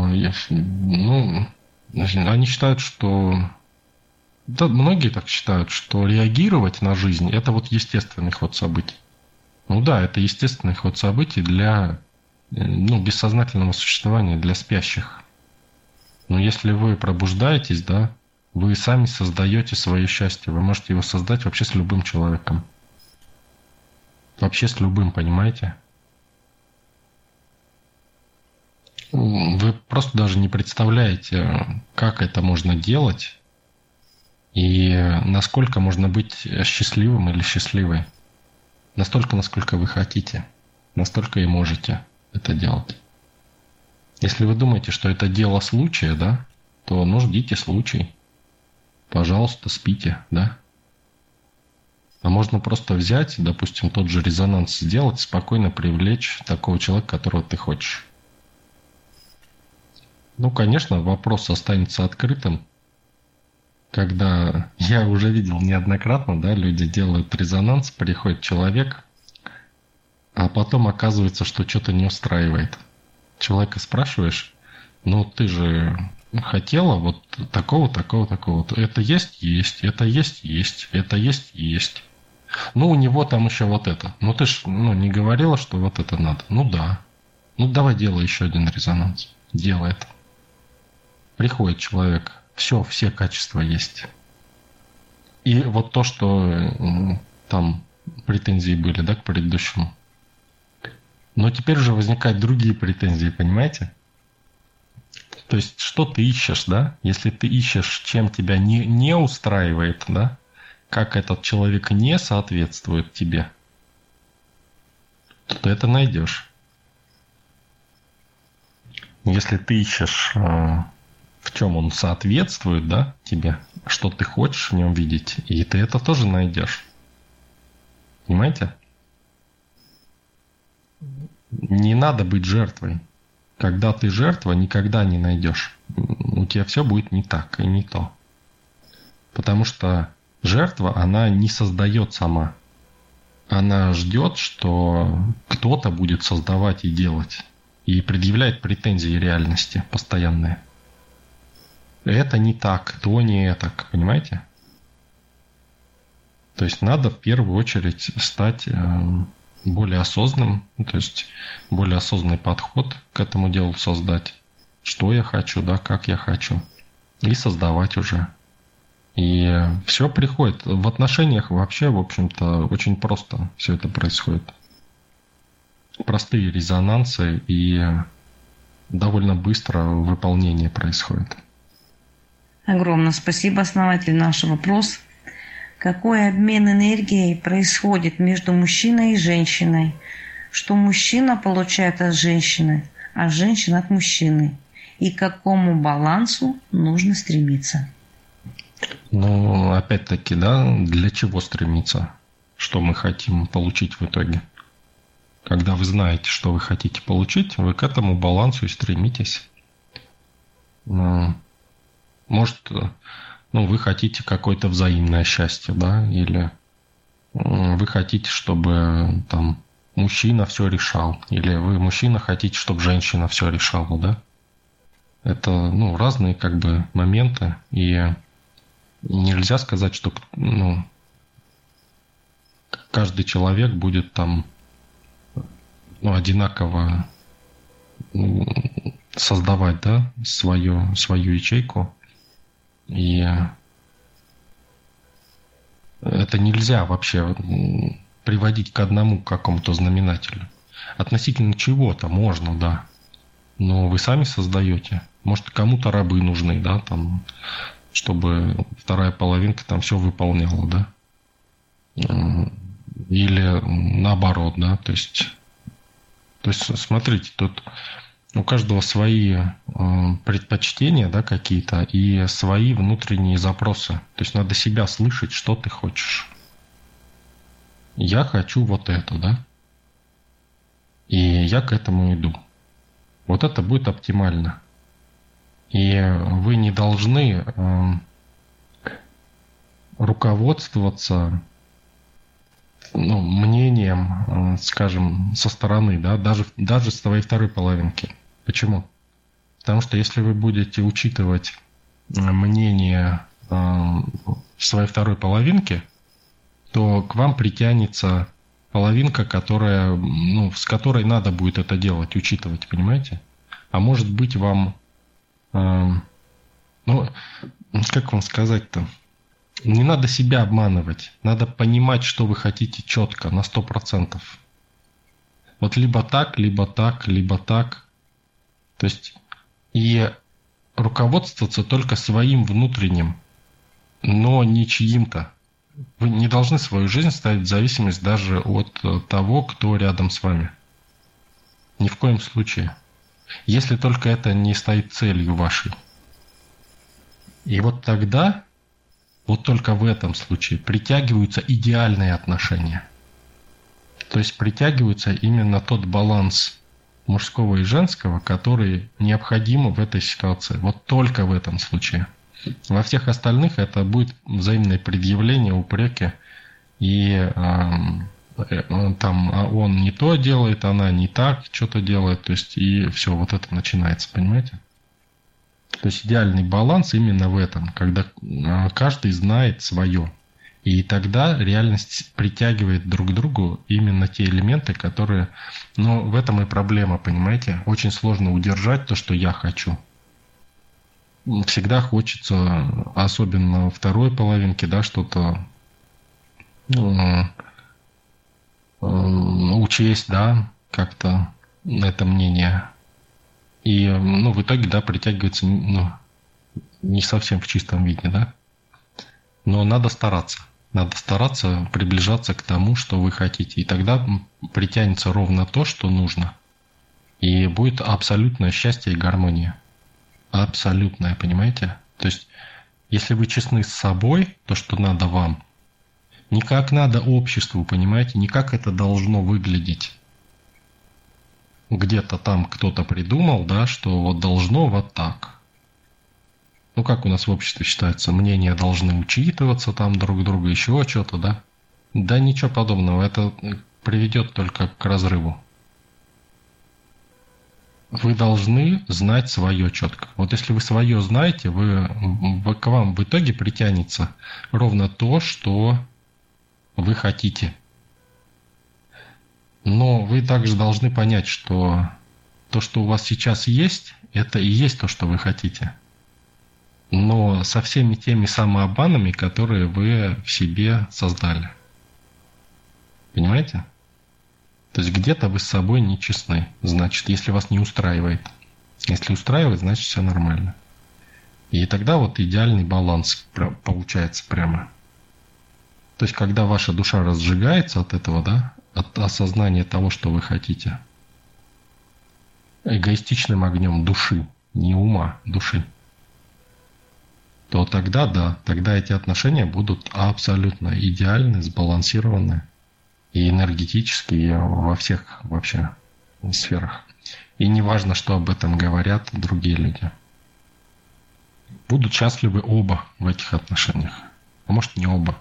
они считают, что... Да, многие так считают, что реагировать на жизнь – это вот естественный ход событий. Да, это естественный ход событий для бессознательного существования, для спящих. Но если вы пробуждаетесь, да, вы сами создаете свое счастье. Вы можете его создать вообще с любым человеком. Вообще с любым, понимаете? Вы просто даже не представляете, как это можно делать и насколько можно быть счастливым или счастливой. Настолько, насколько вы хотите, настолько и можете это делать. Если вы думаете, что это дело случая, да, то ждите случай. Пожалуйста, спите, да. А можно просто взять, допустим, тот же резонанс сделать, спокойно привлечь такого человека, которого ты хочешь. Конечно, вопрос останется открытым. Когда я уже видел неоднократно, да, люди делают резонанс, приходит человек, а потом оказывается, что что-то не устраивает. Человека спрашиваешь, ты же хотела вот такого, такого, такого. Это есть, это есть, это есть. Ну, у него там еще вот это. Ну, ты ж не говорила, что вот это надо. Ну, да. Ну, давай делай еще один резонанс. Делай это. Приходит человек. Все качества есть. И вот то, что там претензии были, да, к предыдущему. Но теперь уже возникают другие претензии, понимаете? То есть, что ты ищешь, да? Если ты ищешь, чем тебя не устраивает, да? Как этот человек не соответствует тебе, то ты это найдешь. Если ты ищешь, в чем он соответствует, да, тебе, что ты хочешь в нем видеть, и ты это тоже найдешь. Понимаете? Не надо быть жертвой. Когда ты жертва, никогда не найдешь. У тебя все будет не так и не то. Потому что жертва, она не создает сама. Она ждет, что кто-то будет создавать и делать. И предъявляет претензии реальности постоянные. Это не так, то не так, понимаете? То есть надо в первую очередь стать более осознанным, то есть более осознанный подход к этому делу создать. Что я хочу, да, как я хочу. И создавать уже. И все приходит. В отношениях вообще, в общем-то, очень просто все это происходит. Простые резонансы и довольно быстро выполнение происходит. Огромное спасибо, основатель. Наш вопрос. Какой обмен энергией происходит между мужчиной и женщиной? Что мужчина получает от женщины, а женщина от мужчины? И к какому балансу нужно стремиться? Ну, опять-таки, да, для чего стремиться? Что мы хотим получить в итоге? Когда вы знаете, что вы хотите получить, вы к этому балансу и стремитесь. Может, вы хотите какое-то взаимное счастье, да, или вы хотите, чтобы там мужчина все решал, или вы, мужчина, хотите, чтобы женщина все решала, да. Это, разные как бы моменты, и нельзя сказать, что, каждый человек будет там, одинаково создавать, да, свою ячейку. И это нельзя вообще приводить к одному какому-то знаменателю. Относительно чего-то можно, да. Но вы сами создаете. Может, кому-то рабы нужны, да, там, чтобы вторая половинка там все выполняла, да. Или наоборот, да. То есть смотрите, тут у каждого свои предпочтения, да, какие-то, и свои внутренние запросы. То есть надо себя слышать, что ты хочешь. Я хочу вот это, да. И я к этому иду. Вот это будет оптимально. И вы не должны руководствоваться мнением, скажем, со стороны, да, даже с твоей второй половинки. Почему? Потому что если вы будете учитывать мнение своей второй половинки, то к вам притянется половинка, с которой надо будет это делать, учитывать, понимаете? А может быть вам, как вам сказать-то? Не надо себя обманывать. Надо понимать, что вы хотите четко, на 100%. Вот либо так, либо так, либо так. То есть и руководствоваться только своим внутренним, но не чьим-то. Вы не должны свою жизнь ставить в зависимость даже от того, кто рядом с вами. Ни в коем случае. Если только это не стоит целью вашей. И вот тогда, вот только в этом случае, притягиваются идеальные отношения. То есть притягивается именно тот баланс мужского и женского, который необходим в этой ситуации. Вот только в этом случае. Во всех остальных это будет взаимное предъявление, упреки. И там он не то делает, она не так что-то делает. То есть и все, вот это начинается, понимаете? То есть идеальный баланс именно в этом, когда каждый знает свое. И тогда реальность притягивает друг к другу именно те элементы, которые... Но в этом и проблема, понимаете? Очень сложно удержать то, что я хочу. Всегда хочется, особенно во второй половинке, да, что-то учесть, да, как-то это мнение. И, в итоге, да, притягивается, не совсем в чистом виде, да. Но надо стараться. Надо стараться приближаться к тому, что вы хотите. И тогда притянется ровно то, что нужно. И будет абсолютное счастье и гармония. Абсолютное, понимаете? То есть, если вы честны с собой, то, что надо вам, не как надо обществу, понимаете? Не как это должно выглядеть. Где-то там кто-то придумал, да, что вот должно вот так. Как у нас в обществе считается, мнения должны учитываться там друг друга, еще что-то, да? Да ничего подобного, это приведет только к разрыву. Вы должны знать свое четко. Вот если вы свое знаете, к вам в итоге притянется ровно то, что вы хотите. Но вы также должны понять, что то, что у вас сейчас есть, это и есть то, что вы хотите. Но со всеми теми самообманами, которые вы в себе создали. Понимаете? То есть где-то вы с собой нечестны. Значит, если вас не устраивает. Если устраивает, значит все нормально. И тогда вот идеальный баланс получается прямо. То есть когда ваша душа разжигается от этого, да, от осознания того, что вы хотите, эгоистичным огнем души, не ума, души, то тогда, да, тогда эти отношения будут абсолютно идеальны, сбалансированы и энергетически, и во всех вообще сферах. И не важно, что об этом говорят другие люди. Будут счастливы оба в этих отношениях. А может, не оба.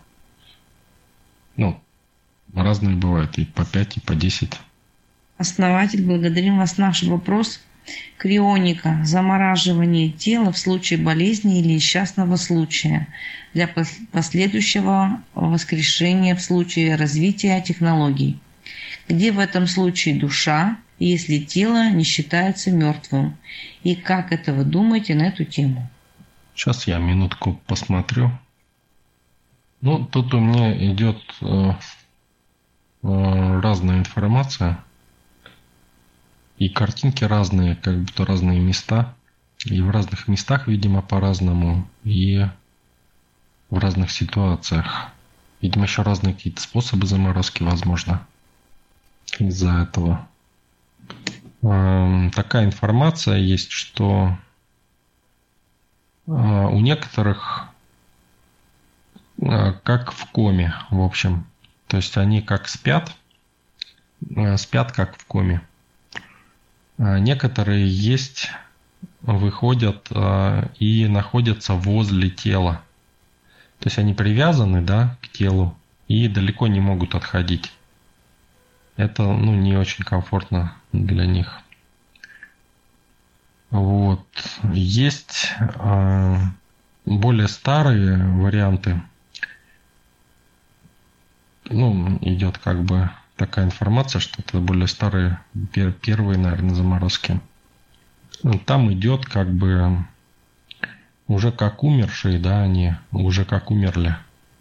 Разные бывают, и по 5, и по 10. Основатель, благодарим вас. Наш вопрос. Крионика. Замораживание тела в случае болезни или несчастного случая для последующего воскрешения в случае развития технологий. Где в этом случае душа, если тело не считается мертвым? И как это вы думаете на эту тему? Сейчас я минутку посмотрю. Тут у меня идет разная информация. И картинки разные, как будто разные места. И в разных местах, видимо, по-разному. И в разных ситуациях. Видимо, еще разные какие-то способы заморозки, возможно. Из-за этого. Такая информация есть, что у некоторых как в коме, в общем. То есть они как спят как в коме. Некоторые выходят и находятся возле тела. То есть они привязаны, да, к телу и далеко не могут отходить. Это, не очень комфортно для них. Вот. Есть более старые варианты. Идет как бы такая информация, что это более старые, первые, наверное, заморозки. Там идет как бы уже как умершие, да, они уже как умерли.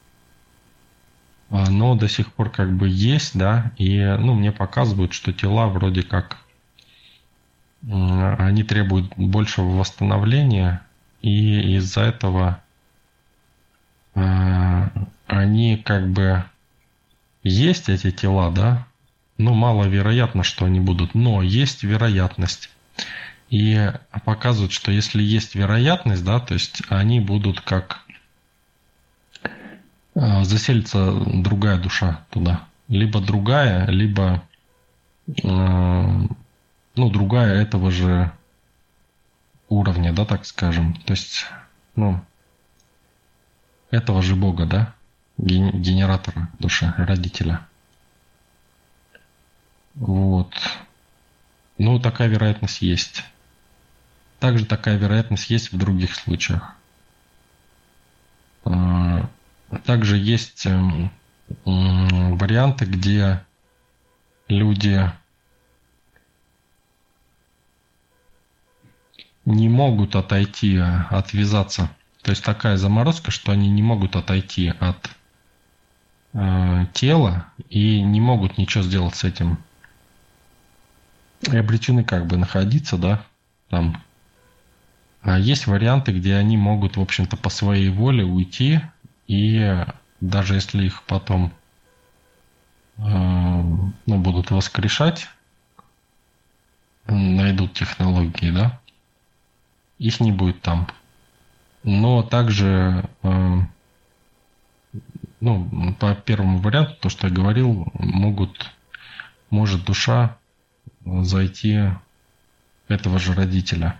Но до сих пор как бы есть, да, и, мне показывают, что тела вроде как они требуют большего восстановления, и из-за этого они как бы есть эти тела, да, маловероятно, что они будут, но есть вероятность. И показывают, что если есть вероятность, да, то есть они будут как заселится другая душа туда. Либо другая, либо другая этого же уровня, да, так скажем. То есть, этого же Бога, да, генератора души, родителя. Вот. Такая вероятность есть. Также такая вероятность есть в других случаях. Также есть варианты, где люди не могут отойти, отвязаться. То есть такая заморозка, что они не могут отойти от тела и не могут ничего сделать с этим. И обречены как бы находиться, да, там. А есть варианты, где они могут, в общем-то, по своей воле уйти, и даже если их потом будут воскрешать, найдут технологии, да, их не будет там. Но также, по первому варианту, то, что я говорил, может душа зайти этого же родителя.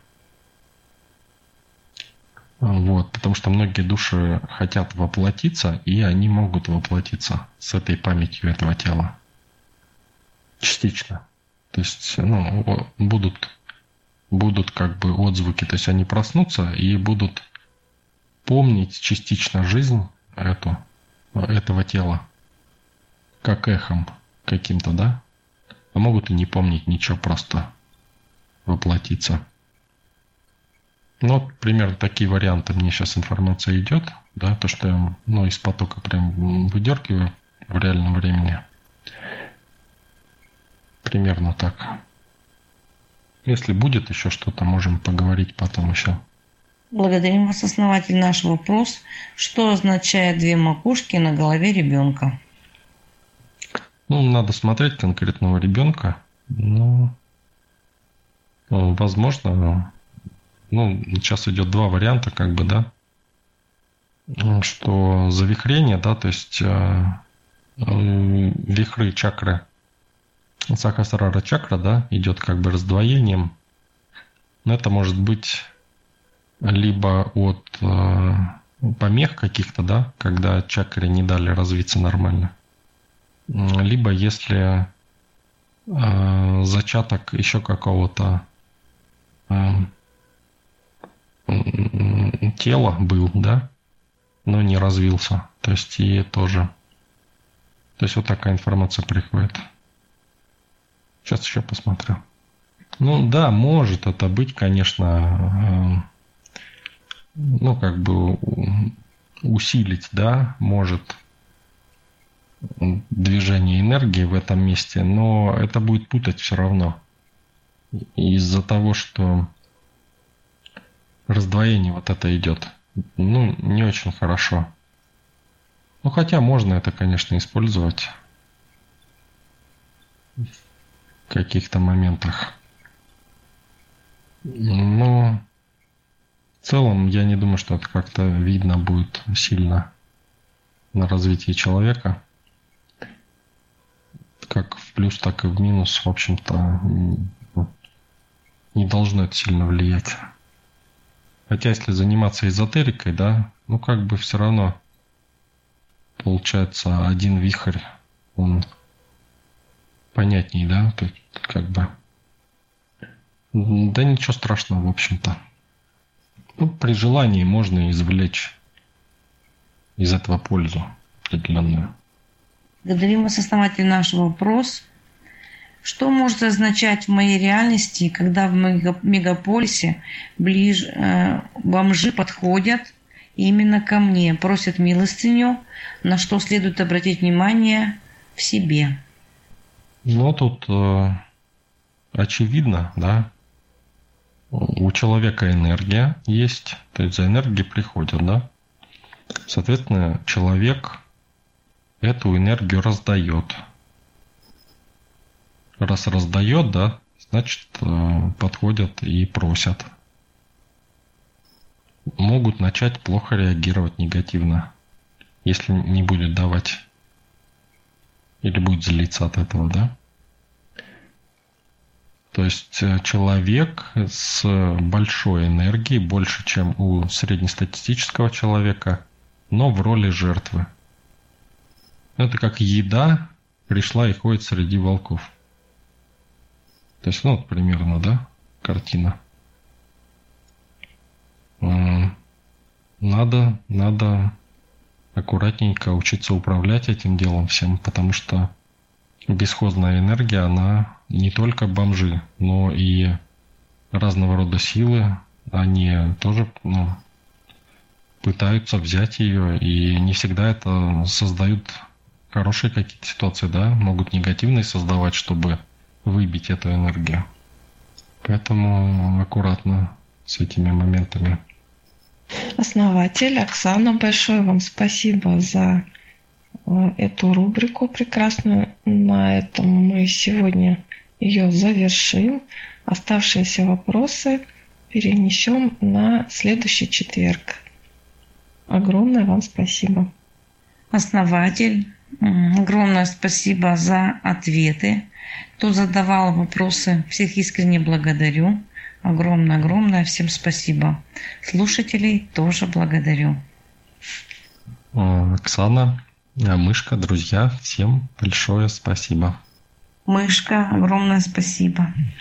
Вот, потому что многие души хотят воплотиться, и они могут воплотиться с этой памятью этого тела. Частично. То есть, будут как бы отзвуки, то есть они проснутся и будут помнить частично жизнь этого тела, как эхом каким-то, да? А могут и не помнить ничего, просто воплотиться. Ну, примерно такие варианты мне сейчас информация идет, да, то, что я из потока прям выдергиваю в реальном времени. Примерно так. Если будет еще что-то, можем поговорить потом еще. Благодарим вас, основатель. Наш вопрос. Что означает 2 макушки на голове ребенка? Надо смотреть конкретного ребенка. Возможно, сейчас идет 2 варианта, как бы, да, что завихрение, да, то есть вихры чакры, Сахасрара чакра, да, идет как бы раздвоением. Но это может быть либо от помех каких-то, да, когда чакре не дали развиться нормально, либо если зачаток еще какого-то тела был, да, но не развился. То есть и тоже. То есть вот такая информация приходит. Сейчас еще посмотрю. Да, может это быть, конечно, как бы усилить, да, может движение энергии в этом месте, но это будет путать все равно. Из-за того, что раздвоение вот это идет. Не очень хорошо. Хотя можно это, конечно, использовать в каких-то моментах. Но в целом я не думаю, что это как-то видно будет сильно на развитии человека. Как в плюс, так и в минус, в общем-то, не должно это сильно влиять. Хотя если заниматься эзотерикой, да, как бы все равно получается один вихрь, он понятней, да, то есть как бы. Да ничего страшного, в общем-то. При желании можно извлечь из этого пользу определенную. Благодарим вас, основатель. Наш вопрос. Что может означать в моей реальности, когда в мегаполисе бомжи подходят именно ко мне, просят милостыню, на что следует обратить внимание в себе? Тут очевидно, да, у человека энергия есть, то есть за энергией приходят, да. Соответственно, человек эту энергию раздает. Раз раздает, да, значит, подходят и просят. Могут начать плохо реагировать негативно, если не будет давать или будет злиться от этого, да. То есть человек с большой энергией, больше, чем у среднестатистического человека, но в роли жертвы. Это как еда пришла и ходит среди волков. То есть, примерно, да, картина. надо аккуратненько учиться управлять этим делом всем, потому что бесхозная энергия, она не только бомжи, но и разного рода силы, они тоже пытаются взять ее, и не всегда это создают хорошие какие-то ситуации, да, могут негативные создавать, чтобы выбить эту энергию. Поэтому аккуратно с этими моментами. Основатель Оксана, большое вам спасибо за эту рубрику прекрасную. На этом мы сегодня ее завершим. Оставшиеся вопросы перенесем на следующий четверг. Огромное вам спасибо. Основатель, огромное спасибо за ответы. Кто задавал вопросы, всех искренне благодарю. Огромное всем спасибо. Слушателей тоже благодарю. Оксана, Мышка, друзья, всем большое спасибо. Мышка, огромное спасибо.